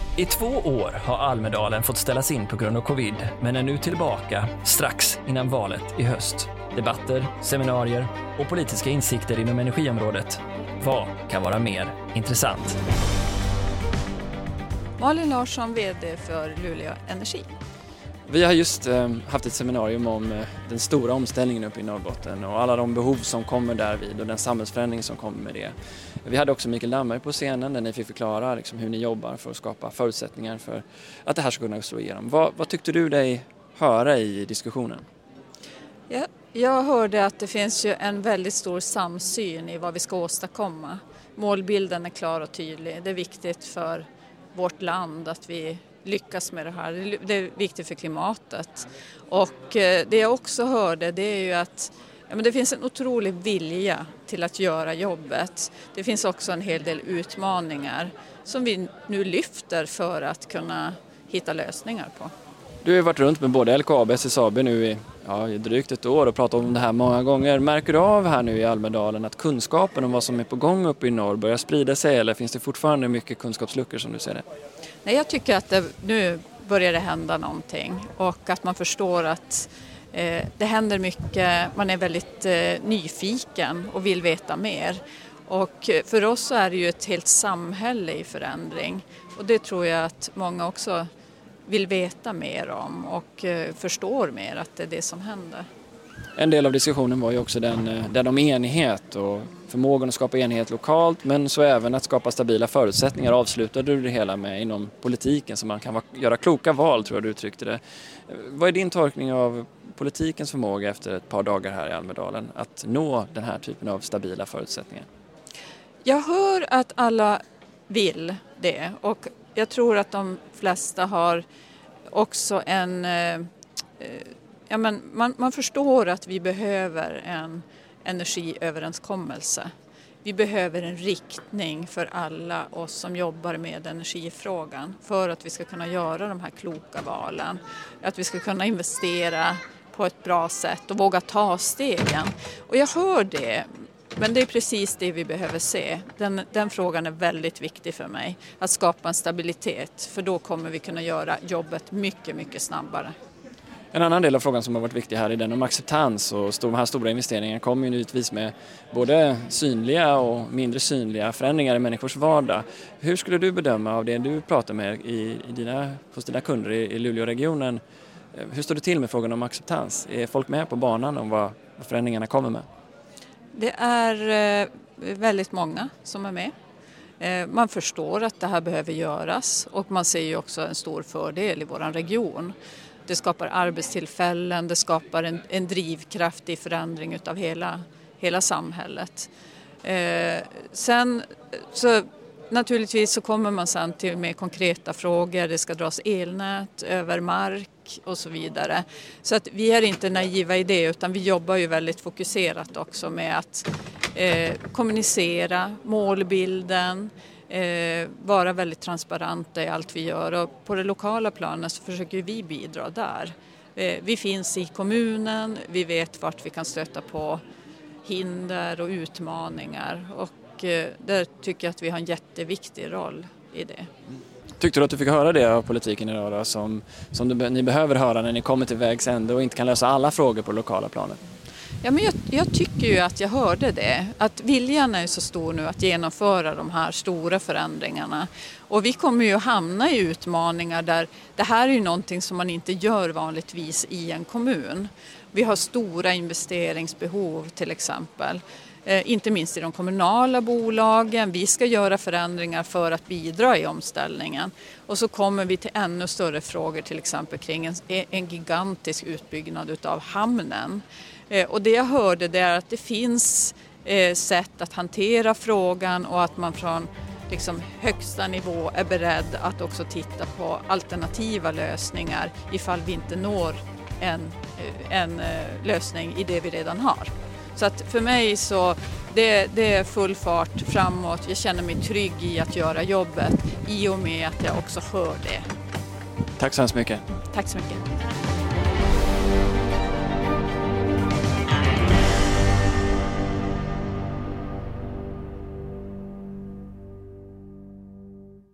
I 2 år har Almedalen fått ställas in på grund av covid, men är nu tillbaka strax innan valet i höst. Debatter, seminarier och politiska insikter inom energiområdet. Vad kan vara mer intressant? Malin Larsson, vd för Luleå Energi. Vi har just haft ett seminarium om den stora omställningen uppe i Norrbotten och alla de behov som kommer därvid och den samhällsförändring som kommer med det. Vi hade också Mikael Damberg på scenen där ni fick förklara hur ni jobbar för att skapa förutsättningar för att det här ska kunna slå igenom. Vad tyckte du dig höra i diskussionen? Ja, jag hörde att det finns ju en väldigt stor samsyn i vad vi ska åstadkomma. Målbilden är klar och tydlig. Det är viktigt för vårt land att vi lyckas med det här. Det är viktigt för klimatet. Och det jag också hörde, det är ju att det finns en otrolig vilja till att göra jobbet. Det finns också en hel del utmaningar som vi nu lyfter för att kunna hitta lösningar på. Du har varit runt med både LKAB och SSAB nu i drygt ett år och pratat om det här många gånger. Märker du av här nu i Almedalen att kunskapen om vad som är på gång uppe i norr börjar sprida sig, eller finns det fortfarande mycket kunskapsluckor som du ser det? Nej, jag tycker att nu börjar det hända någonting och att man förstår att det händer mycket. Man är väldigt nyfiken och vill veta mer. Och för oss så är det ju ett helt samhälle i förändring och det tror jag att många också vill veta mer om och förstår mer att det är det som händer. En del av diskussionen var ju också den om enighet och förmågan att skapa enighet lokalt, men så även att skapa stabila förutsättningar. Avslutade du det hela med inom politiken så man kan göra kloka val, tror jag du uttryckte det. Vad är din tolkning av politikens förmåga efter ett par dagar här i Almedalen att nå den här typen av stabila förutsättningar? Jag hör att alla vill det och jag tror att de flesta har också man förstår att vi behöver en energiöverenskommelse. Vi behöver en riktning för alla oss som jobbar med energifrågan för att vi ska kunna göra de här kloka valen. Att vi ska kunna investera på ett bra sätt och våga ta stegen. Och jag hör det. Men det är precis det vi behöver se. Den frågan är väldigt viktig för mig. Att skapa en stabilitet. För då kommer vi kunna göra jobbet mycket, mycket snabbare. En annan del av frågan som har varit viktig här är den om acceptans. Och de här stora investeringarna kommer ju givetvis med både synliga och mindre synliga förändringar i människors vardag. Hur skulle du bedöma av det du pratar med hos dina kunder i Luleåregionen? Hur står det till med frågan om acceptans? Är folk med på banan om vad förändringarna kommer med? Det är väldigt många som är med. Man förstår att det här behöver göras och man ser ju också en stor fördel i vår region. Det skapar arbetstillfällen, det skapar en drivkraft i förändring utav hela samhället. Sen så naturligtvis så kommer man sen till mer konkreta frågor. Det ska dras elnät över mark och så vidare. Så att vi är inte naiva i det utan vi jobbar ju väldigt fokuserat också med att kommunicera målbilden, vara väldigt transparenta i allt vi gör. Och på det lokala planet så försöker vi bidra där. Vi finns i kommunen, vi vet vart vi kan stöta på hinder och utmaningar och där tycker jag att vi har en jätteviktig roll i det. Tyckte du att du fick höra det av politiken idag då, som ni behöver höra när ni kommer till vägs ände och inte kan lösa alla frågor på det lokala planet? Ja, men jag tycker ju att jag hörde det. Att viljan är så stor nu att genomföra de här stora förändringarna. Och vi kommer ju hamna i utmaningar där det här är ju någonting som man inte gör vanligtvis i en kommun. Vi har stora investeringsbehov till exempel. Inte minst i de kommunala bolagen. Vi ska göra förändringar för att bidra i omställningen. Och så kommer vi till ännu större frågor till exempel kring en gigantisk utbyggnad utav hamnen. Och det jag hörde det är att det finns sätt att hantera frågan och att man från högsta nivå är beredd att också titta på alternativa lösningar ifall vi inte når en lösning i det vi redan har. Så att för mig så det är full fart framåt. Jag känner mig trygg i att göra jobbet i och med att jag också hör det. Tack så hemskt mycket. Tack så mycket.